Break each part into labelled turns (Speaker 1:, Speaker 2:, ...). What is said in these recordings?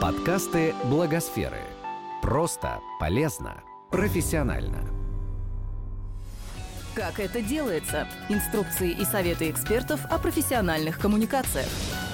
Speaker 1: Подкасты Благосферы. Просто, полезно, профессионально.
Speaker 2: Как это делается? Инструкции и советы экспертов о профессиональных коммуникациях.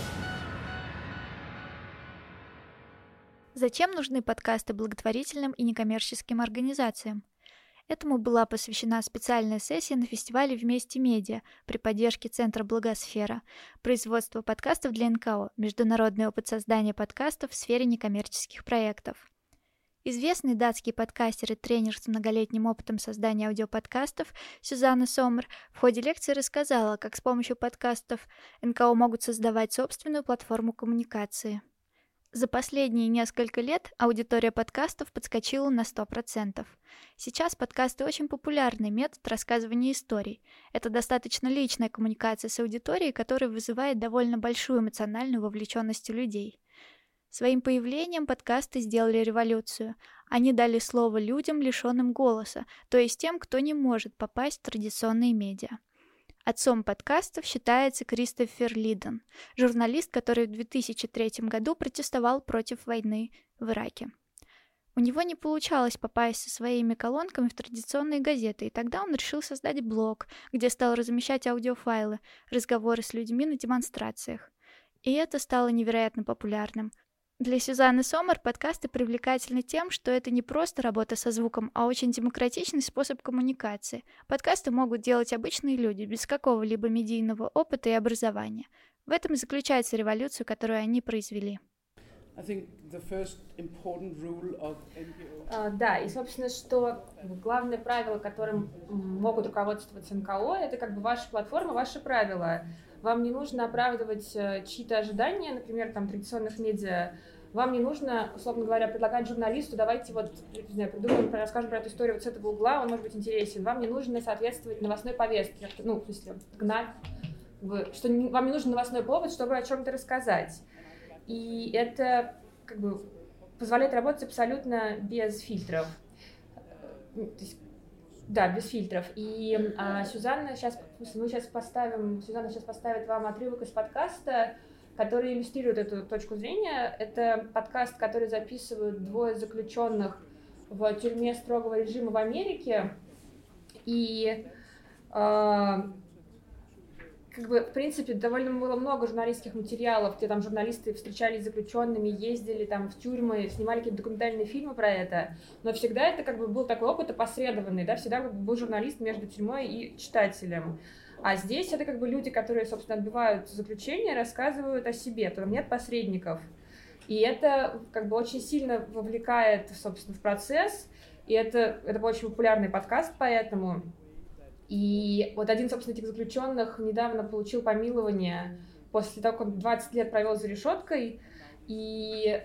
Speaker 3: Зачем нужны подкасты благотворительным и некоммерческим организациям? Этому была посвящена специальная сессия на фестивале «Вместе Медиа» при поддержке Центра Благосфера, производство подкастов для НКО, международный опыт создания подкастов в сфере некоммерческих проектов. Известный датский подкастер и тренер с многолетним опытом создания аудиоподкастов Сюзанна Сомер в ходе лекции рассказала, как с помощью подкастов НКО могут создавать собственную платформу коммуникации. За последние несколько лет аудитория подкастов подскочила на 100%. Сейчас подкасты очень популярный метод рассказывания историй. Это достаточно личная коммуникация с аудиторией, которая вызывает довольно большую эмоциональную вовлеченность у людей. Своим появлением подкасты сделали революцию. Они дали слово людям, лишенным голоса, то есть тем, кто не может попасть в традиционные медиа. Отцом подкастов считается Кристофер Лиден, журналист, который в 2003 году протестовал против войны в Ираке. У него не получалось попасть со своими колонками в традиционные газеты, и тогда он решил создать блог, где стал размещать аудиофайлы, разговоры с людьми на демонстрациях. И это стало невероятно популярным. Для Сюзанны Сомер подкасты привлекательны тем, что это не просто работа со звуком, а очень демократичный способ коммуникации. Подкасты могут делать обычные люди, без какого-либо медийного опыта и образования. В этом и заключается революция, которую они произвели.
Speaker 4: Да, и, собственно, что главное правило, которым могут руководствоваться НКО, это ваша платформа, ваши правила. Вам не нужно оправдывать чьи-то ожидания, например, традиционных медиа. Вам не нужно, условно говоря, предлагать журналисту, давайте придумаем, расскажем про эту историю с этого угла, он может быть интересен. Вам не нужно соответствовать новостной повестке, гнать, что вам не нужен новостной повод, чтобы о чем-то рассказать. И это позволяет работать абсолютно без фильтров. Без фильтров. И Сюзанна сейчас поставит вам отрывок из подкаста, который иллюстрирует эту точку зрения. Это подкаст, который записывают двое заключенных в тюрьме строгого режима в Америке. И в принципе, довольно было много журналистских материалов, где журналисты встречались с заключенными, ездили в тюрьмы, снимали какие-то документальные фильмы про это. Но всегда это был такой опыт опосредованный, всегда был журналист между тюрьмой и читателем. А здесь это люди, которые, собственно, отбывают заключение, рассказывают о себе, там нет посредников. И это очень сильно вовлекает, собственно, в процесс. И это был очень популярный подкаст, поэтому... И один, собственно, этих заключенных недавно получил помилование после того, как он 20 лет провел за решеткой. И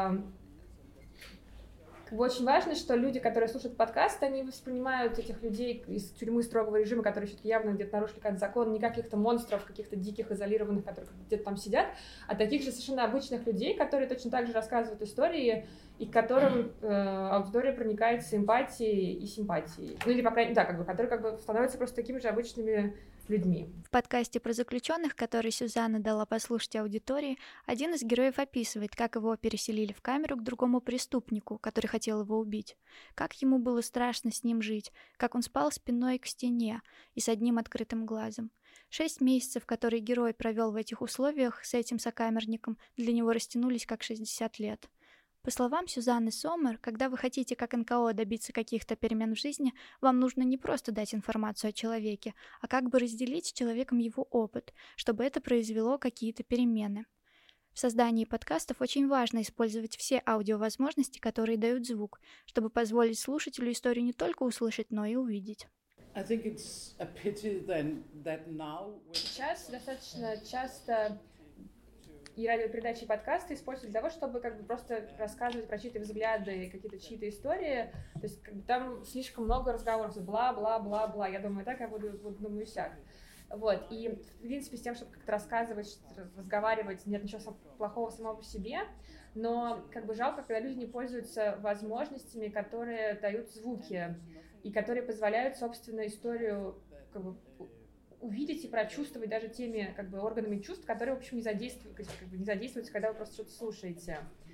Speaker 4: очень важно, что люди, которые слушают подкаст, они воспринимают этих людей из тюрьмы строгого режима, которые все-таки явно где-то нарушили какой-то закон, не каких-то монстров, каких-то диких, изолированных, которые где-то там сидят, а таких же совершенно обычных людей, которые точно так же рассказывают истории, и к которым аудитория проникается эмпатией и симпатией. Или, по крайней мере, которые становятся просто такими же обычными людьми.
Speaker 3: В подкасте про заключенных, который Сюзанна дала послушать аудитории, один из героев описывает, как его переселили в камеру к другому преступнику, который хотел его убить. Как ему было страшно с ним жить, как он спал спиной к стене и с одним открытым глазом. 6 месяцев, которые герой провел в этих условиях с этим сокамерником, для него растянулись как 60 лет. По словам Сюзанны Сомер, когда вы хотите как НКО добиться каких-то перемен в жизни, вам нужно не просто дать информацию о человеке, а разделить с человеком его опыт, чтобы это произвело какие-то перемены. В создании подкастов очень важно использовать все аудиовозможности, которые дают звук, чтобы позволить слушателю историю не только услышать, но и увидеть.
Speaker 4: Сейчас достаточно часто и радиопередачи, и подкасты используют для того, чтобы просто рассказывать про чьи-то взгляды, какие-то чьи-то истории. То есть там слишком много разговоров, бла-бла-бла-бла. Я думаю так, я буду думаю сяк. И, в принципе, с тем, чтобы как-то рассказывать, разговаривать, нет ничего плохого самого по себе, но жалко, когда люди не пользуются возможностями, которые дают звуки, и которые позволяют, собственно, историю увидеть и прочувствовать даже теми органами чувств, которые, в общем, не задействуются, когда вы просто что-то слушаете.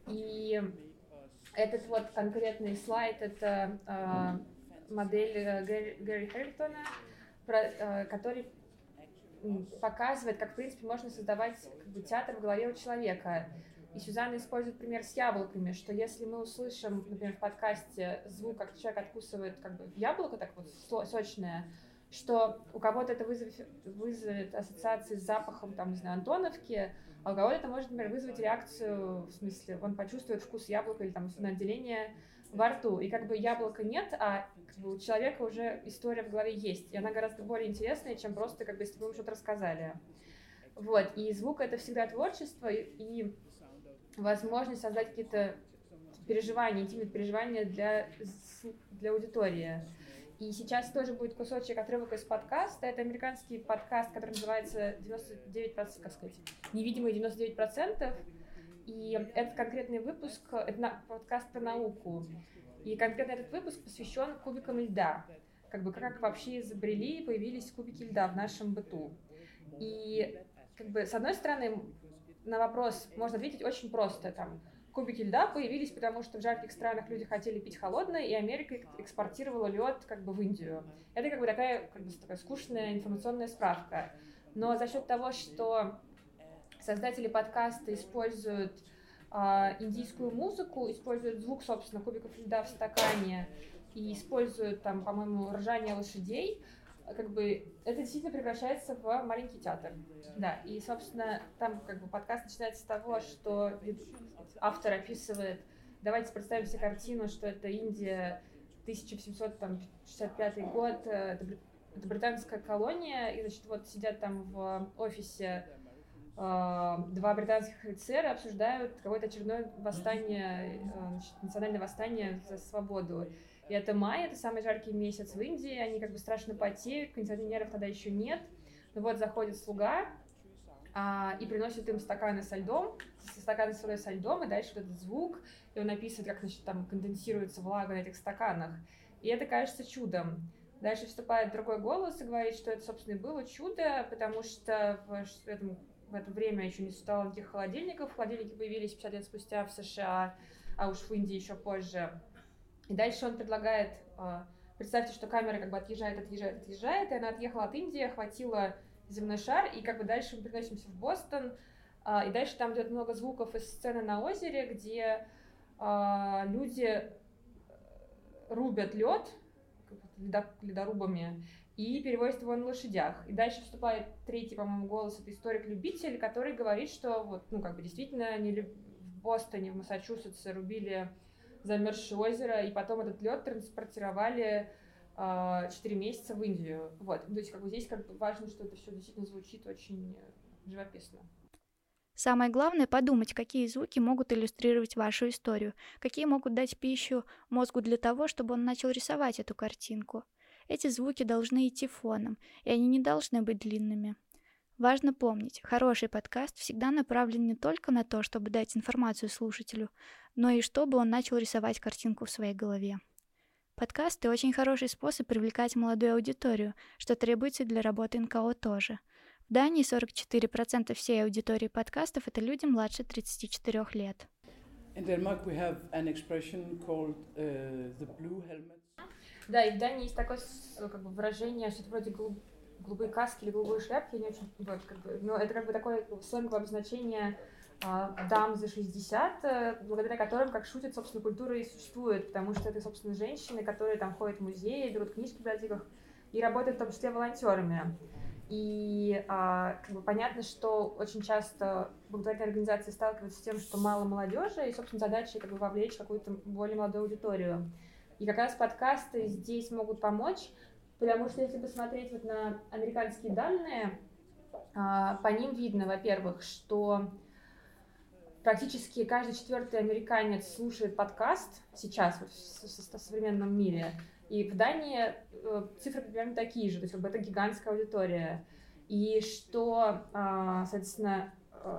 Speaker 4: И этот вот конкретный слайд — это модель Гэри Хеллтона, который показывает, как, в принципе, можно создавать как бы театр в голове у человека. И Сюзанна использует пример с яблоками, что если мы услышим, например, в подкасте звук, как человек откусывает как бы яблоко, так вот сочное, что у кого-то это вызовет ассоциации с запахом, там, не знаю, Антоновки, а у кого-то это может, например, вызвать реакцию, в смысле, он почувствует вкус яблока или там отделение во рту. И как бы яблока нет, а как бы у человека уже история в голове есть. И она гораздо более интересная, чем просто, как бы, если бы вы что-то рассказали. Вот. И звук — это всегда творчество и возможность создать какие-то переживания, интимные переживания для аудитории. И сейчас тоже будет кусочек, отрывок из подкаста. Это американский подкаст, который называется 99%, как сказать, «Невидимые 99%». И этот конкретный выпуск, это подкаст про науку. И конкретно этот выпуск посвящен кубикам льда. Как бы как вообще изобрели и появились кубики льда в нашем быту. И как бы с одной стороны на вопрос можно ответить очень просто. Там, кубики льда появились, потому что в жарких странах люди хотели пить холодное, и Америка экспортировала лед как бы в Индию. Это как бы такая скучная информационная справка. Но за счет того, что создатели подкаста используют индийскую музыку, используют звук, собственно, кубиков льда в стакане и используют там, по-моему, ржание лошадей, как бы это действительно превращается в маленький театр. Да, и, собственно, там как бы подкаст начинается с того, что автор описывает, давайте представим себе картину, что это Индия, 1765 год, это британская колония, и, значит, вот сидят там в офисе два британских офицера, обсуждают какое-то очередное восстание, национальное восстание за свободу. И это май, это самый жаркий месяц в Индии, они как бы страшно потеют, кондиционеров тогда еще нет. Но вот заходит слуга и приносит им стаканы со льдом, стаканы с водой со льдом, и дальше вот этот звук, и он описывает, как, значит, там конденсируется влага на этих стаканах. И это кажется чудом. Дальше вступает другой голос и говорит, что это, собственно, и было чудо, потому что в это время еще не существовало никаких холодильников. Холодильники появились 50 лет спустя в США, а уж в Индии еще позже. И дальше он предлагает, представьте, что камера как бы отъезжает, и она отъехала от Индии, охватила земной шар, и как бы дальше мы переносимся в Бостон, и дальше там идет много звуков из сцены на озере, где люди рубят лед ледорубами и перевозят его на лошадях. И дальше вступает третий, по-моему, голос, это историк-любитель, который говорит, что вот, ну, как бы действительно они в Бостоне, в Массачусетсе рубили замерзшее озеро, и потом этот лед транспортировали 4 месяца в Индию. Вот. То есть как бы здесь как бы важно, что это все действительно звучит очень живописно.
Speaker 3: Самое главное — подумать, какие звуки могут иллюстрировать вашу историю, какие могут дать пищу мозгу для того, чтобы он начал рисовать эту картинку. Эти звуки должны идти фоном, и они не должны быть длинными. Важно помнить, хороший подкаст всегда направлен не только на то, чтобы дать информацию слушателю, но и чтобы он начал рисовать картинку в своей голове. Подкасты — очень хороший способ привлекать молодую аудиторию, что требуется для работы НКО тоже. В Дании 44% всей аудитории подкастов — это люди младше 34 лет.
Speaker 4: Да, и в Дании есть такое как бы выражение, что-то вроде голубые каски или голубые шляпки, я не очень, вот, как бы, но это как бы такое сленговое обозначение дам за 60, благодаря которым, как шутят, собственно, культура и существует, потому что это, собственно, женщины, которые там ходят в музеи, берут книжки в библиотеках и работают в том числе волонтерами. И как бы понятно, что очень часто благотворительные организации сталкиваются с тем, что мало молодежи, и, собственно, задача как бы вовлечь какую-то более молодую аудиторию. И как раз подкасты здесь могут помочь, потому что если посмотреть вот на американские данные, по ним видно, во-первых, что практически каждый 4-й американец слушает подкаст сейчас вот в современном мире. И в Дании цифры примерно такие же, то есть как бы это гигантская аудитория. И что, соответственно,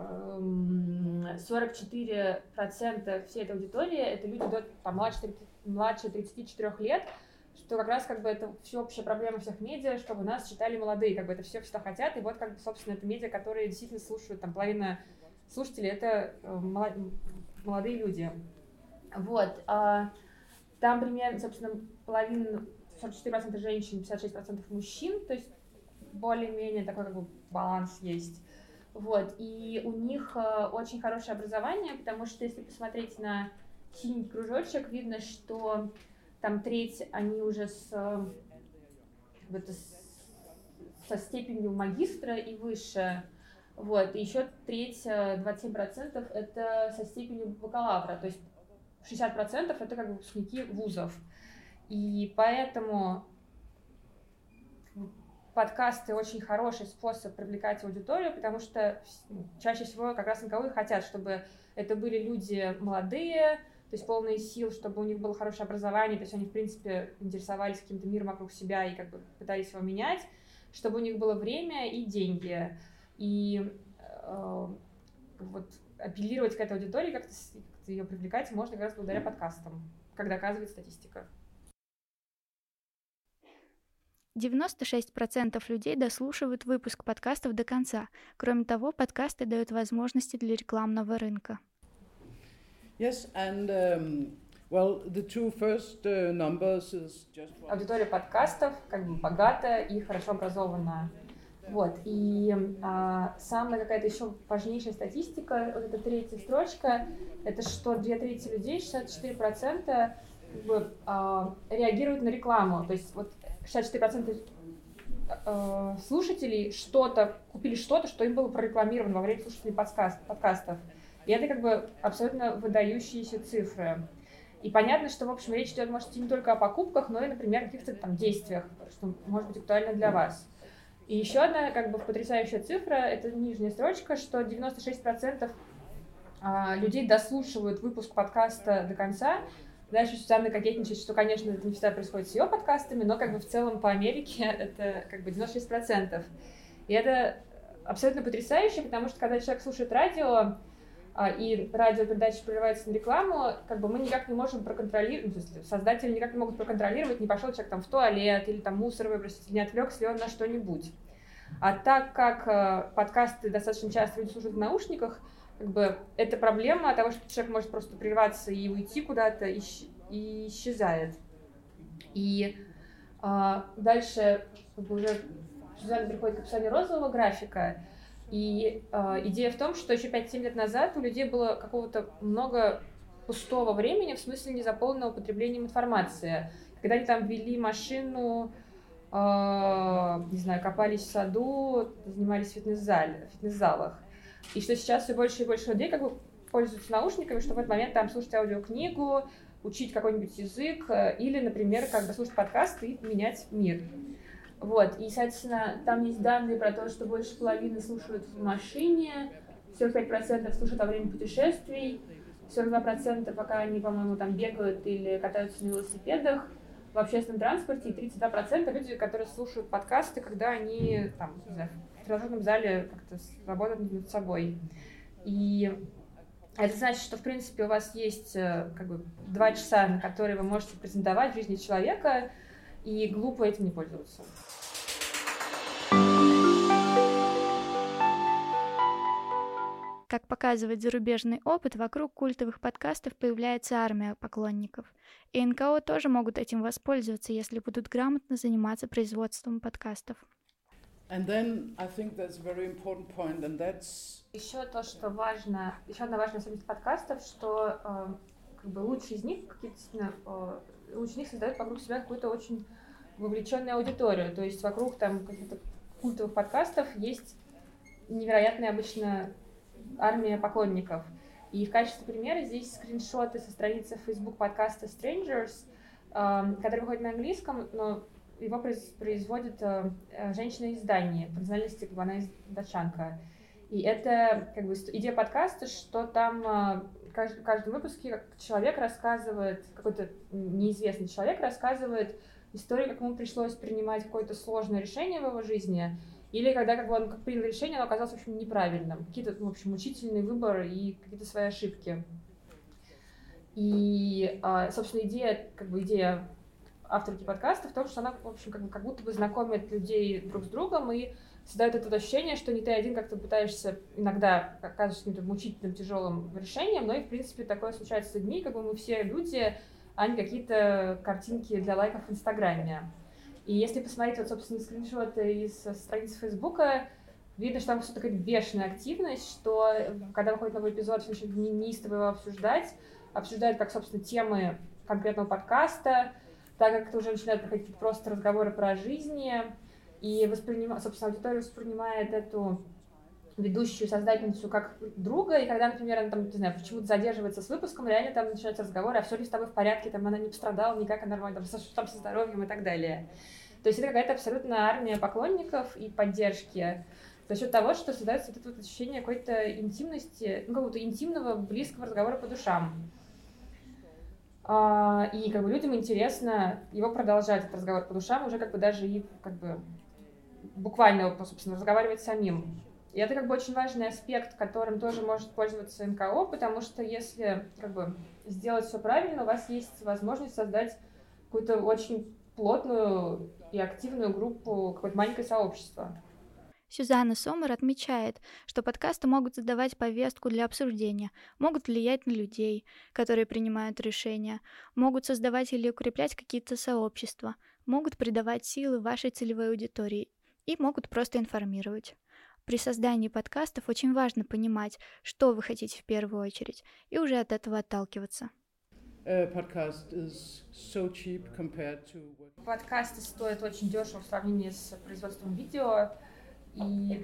Speaker 4: 44% всей этой аудитории — это люди младше 34 лет, что как раз как бы это всеобщая проблема всех медиа, чтобы нас читали молодые, как бы это все всегда хотят, и вот как бы, собственно, это медиа, которые действительно слушают, там половина слушателей — это молодые люди. Вот. Там примерно, собственно, половина, 44% женщин, 56% мужчин, то есть более-менее такой как бы баланс есть. Вот. И у них очень хорошее образование, потому что если посмотреть на синий кружочек, видно, что там треть они уже со степенью магистра и выше. Вот. И еще треть, 27% это со степенью бакалавра, то есть 60% это как бы выпускники вузов. И поэтому подкасты очень хороший способ привлекать аудиторию, потому что чаще всего как раз никого и хотят, чтобы это были люди молодые, то есть полные сил, чтобы у них было хорошее образование, то есть они, в принципе, интересовались каким-то миром вокруг себя и как бы пытались его менять, чтобы у них было время и деньги. И вот апеллировать к этой аудитории, как-то ее привлекать можно как раз благодаря подкастам, как доказывает статистика.
Speaker 3: 96% людей дослушивают выпуск подкастов до конца. Кроме того, подкасты дают возможности для рекламного рынка.
Speaker 5: Yes, and the two first numbers is just...
Speaker 4: Аудитория подкастов как бы богатая и хорошо образованная. Вот. И самая какая-то еще важнейшая статистика, вот эта третья строчка, это что 2/3 людей, 64% как бы, реагируют на рекламу. То есть вот 64% слушателей купили что-то, что им было прорекламировано во время слушателей подкастов. И это как бы абсолютно выдающиеся цифры. И понятно, что, в общем, речь идет, может, не только о покупках, но и, например, о каких-то там действиях, что может быть актуально для вас. И еще одна как бы потрясающая цифра, это нижняя строчка, что 96% людей дослушивают выпуск подкаста до конца. Дальше Сюзанна кокетничает, что, конечно, это не всегда происходит с ее подкастами, но как бы в целом по Америке это как бы 96%. И это абсолютно потрясающе, потому что когда человек слушает радио, и радиопередача прерывается на рекламу, как бы мы никак не можем проконтролировать, создатели никак не могут проконтролировать, не пошел человек там в туалет или там мусор выбросить, не отвлекся ли он на что-нибудь. А так как подкасты достаточно часто люди слушают в наушниках, как бы это проблема того, что человек может просто прерваться и уйти куда-то, и исчезает. И дальше как бы уже Сюзанна приходит к описанию розового графика. И идея в том, что еще 5-7 лет назад у людей было какого-то много пустого времени, в смысле незаполненного потреблением информации. Когда они там вели машину, не знаю, копались в саду, занимались в фитнес-залах. И что сейчас все больше и больше людей как бы пользуются наушниками, чтобы в этот момент там слушать аудиокнигу, учить какой-нибудь язык или, например, как бы слушать подкасты и менять мир. Вот, и, соответственно, там есть данные про то, что больше половины слушают в машине, 45% слушают во время путешествий, 42% пока они, по-моему, там бегают или катаются на велосипедах в общественном транспорте, и 32% люди, которые слушают подкасты, когда они там, не знаю, в тренажерном зале как-то работают над собой. И это значит, что, в принципе, у вас есть как бы 2 часа, на которые вы можете презентовать в жизни человека, и глупо этим не пользоваться.
Speaker 3: Как показывает зарубежный опыт, вокруг культовых подкастов появляется армия поклонников. И НКО тоже могут этим воспользоваться, если будут грамотно заниматься производством подкастов.
Speaker 4: Еще то, что важно, еще одна важная особенность подкастов, что как бы лучшие из них создают вокруг себя какую-то очень вовлеченную аудиторию. То есть вокруг там каких-то культовых подкастов есть невероятная обычно армия поклонников. И в качестве примера здесь скриншоты со страницы Facebook подкаста Strangers, который выходит на английском, но его производит женщина из Дании, по национальности как бы она датчанка. И это как бы идея подкаста, что там в каждом выпуске человек рассказывает, какой-то неизвестный человек рассказывает историю, как ему пришлось принимать какое-то сложное решение в его жизни, или когда как бы он принял решение, оно оказалось, в общем, неправильным. Какие-то, в общем, мучительный выбор и какие-то свои ошибки. И, собственно, идея авторки подкаста в том, что она, в общем, как будто бы знакомит людей друг с другом и создает это ощущение, что не ты один как-то пытаешься иногда оказываться каким-то мучительным, тяжелым решением, но и, в принципе, такое случается с людьми, как бы мы все люди, а не какие-то картинки для лайков в Инстаграме. И если посмотреть, вот, собственно, скриншоты из страницы Фейсбука, видно, что там все такая бешеная активность, что когда выходит новый эпизод, все начинают неистово его обсуждают как, собственно, темы конкретного подкаста, так как это уже начинают проходить просто разговоры про жизнь, и собственно, аудитория воспринимает эту ведущую создательницу как друга, и когда, например, она там, не знаю, почему-то задерживается с выпуском, реально там начинаются разговоры, а все ли с тобой в порядке, там она не пострадала никак, а нормально, там со здоровьем и так далее. То есть это какая-то абсолютно армия поклонников и поддержки за счет того, что создается вот это вот ощущение какой-то интимности, ну, какого-то интимного, близкого разговора по душам. И как бы людям интересно его продолжать, этот разговор по душам, уже как бы даже и как бы буквально, собственно, разговаривать самим. И это как бы очень важный аспект, которым тоже может пользоваться НКО, потому что если как бы сделать все правильно, у вас есть возможность создать какую-то очень плотную и активную группу, какое-то маленькое сообщество.
Speaker 3: Сюзанна Сомер отмечает, что подкасты могут задавать повестку для обсуждения, могут влиять на людей, которые принимают решения, могут создавать или укреплять какие-то сообщества, могут придавать силы вашей целевой аудитории и могут просто информировать. При создании подкастов очень важно понимать, что вы хотите в первую очередь, и уже от этого отталкиваться.
Speaker 4: Подкасты стоят очень дешево в сравнении с производством видео. И,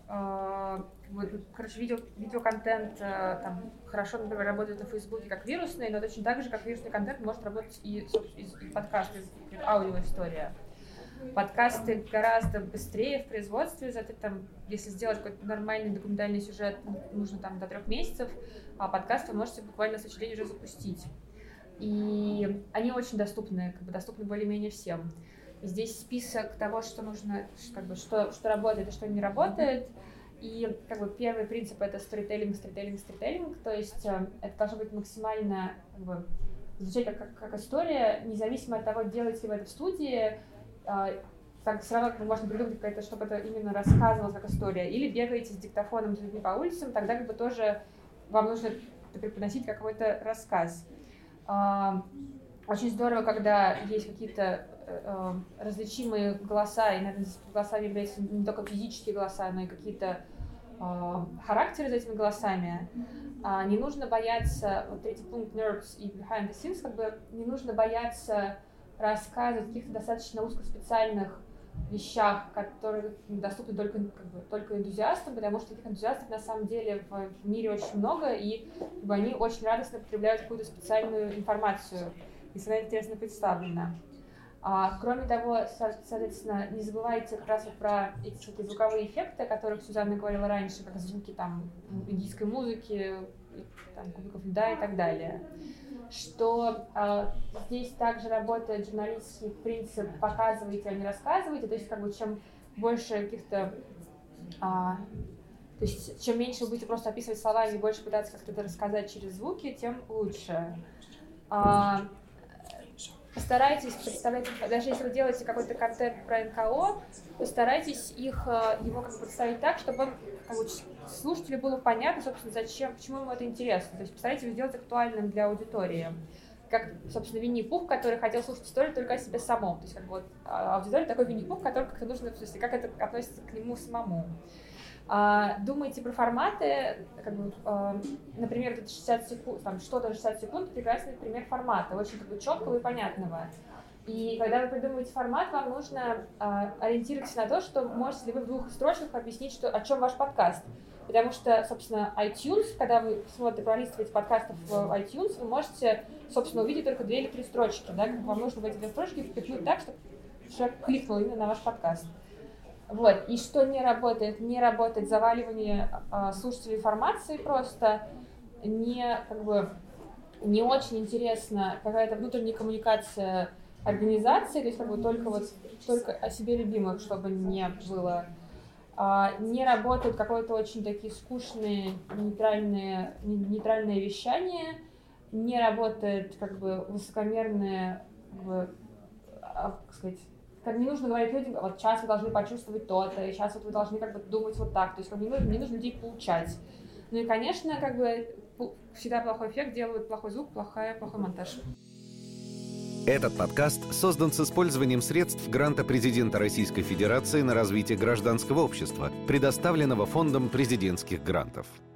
Speaker 4: видеоконтент там хорошо, например, работает на Фейсбуке как вирусный, но точно так же, как вирусный контент, может работать и подкаст, и аудиоистория. Подкасты гораздо быстрее в производстве, там, если сделать какой-то нормальный документальный сюжет, нужно там до 3 месяцев, а подкаст вы можете буквально в следующий день уже запустить. И они очень доступны, как бы доступны более-менее всем. Здесь список того, что нужно, как бы, что работает и что не работает. И как бы первый принцип — это сторителлинг. То есть это должно быть максимально как бы, звучать как история, независимо от того, делаете ли вы это в студии, так все равно можно придумать какое-то, чтобы это именно рассказывалось как история. Или бегаете с диктофоном с людьми по улицам, тогда как бы тоже вам нужно преподносить какой-то рассказ. Очень здорово, когда есть какие-то различимые голоса, и, наверное, здесь голосами являются не только физические голоса, но и какие-то характеры за этими голосами. Не нужно бояться, вот третий пункт nerds и behind the scenes, как бы не нужно бояться рассказывать о каких-то достаточно узкоспециальных вещах, которые доступны только энтузиастам, потому что таких энтузиастов на самом деле в мире очень много, и как бы, они очень радостно потребляют какую-то специальную информацию, если она интересно представлена. Кроме того, соответственно, не забывайте как раз вот про эти всякие звуковые эффекты, о которых Сюзанна говорила раньше, как звуки там индийской музыки, там, кубиков льда и так далее. Что здесь также работает журналистский принцип «показывайте, а не рассказывайте», то есть как бы чем больше каких-то, то есть чем меньше вы будете просто описывать словами и больше пытаться как-то это рассказать через звуки, тем лучше. Постарайтесь представлять, даже если вы делаете какой-то контент про НКО, постарайтесь его как бы представить так, чтобы как бы, слушателю было понятно, собственно, зачем, почему ему это интересно. То есть постарайтесь его сделать актуальным для аудитории. Как, собственно, Винни-Пух, который хотел слушать историю только о себе самом. То есть, как бы, вот, аудитория такой Винни-Пух, который как-то нужно, в смысле, как это относится к нему самому. Думайте про форматы, как бы, например, это 60 секунд, там, что-то 60 секунд, прекрасный пример формата, очень как бы, четкого и понятного. И когда вы придумываете формат, вам нужно ориентироваться на то, что можете ли вы в 2 строчках объяснить, о чем ваш подкаст. Потому что, собственно, iTunes, когда вы пролистываете подкастов в iTunes, вы можете, собственно, увидеть только 2 или 3 строчки. Да? Вам нужно в эти 2 строчки впихнуть так, чтобы человек кликнул именно на ваш подкаст. Вот. И что не работает заваливание слушателей информации просто, не очень интересна какая-то внутренняя коммуникация организации, то есть как бы только о себе любимых, чтобы не было. Не работают какое-то очень такие скучные, нейтральное вещание, не работает как бы высокомерное, как сказать, как не нужно говорить людям, вот сейчас вы должны почувствовать то-то, и сейчас вот вы должны как бы думать вот так, то есть как бы не нужно людей поучать. Ну и, конечно, как бы всегда плохой эффект делают плохой звук, плохой монтаж.
Speaker 1: Этот подкаст создан с использованием средств гранта президента Российской Федерации на развитие гражданского общества, предоставленного Фондом президентских грантов.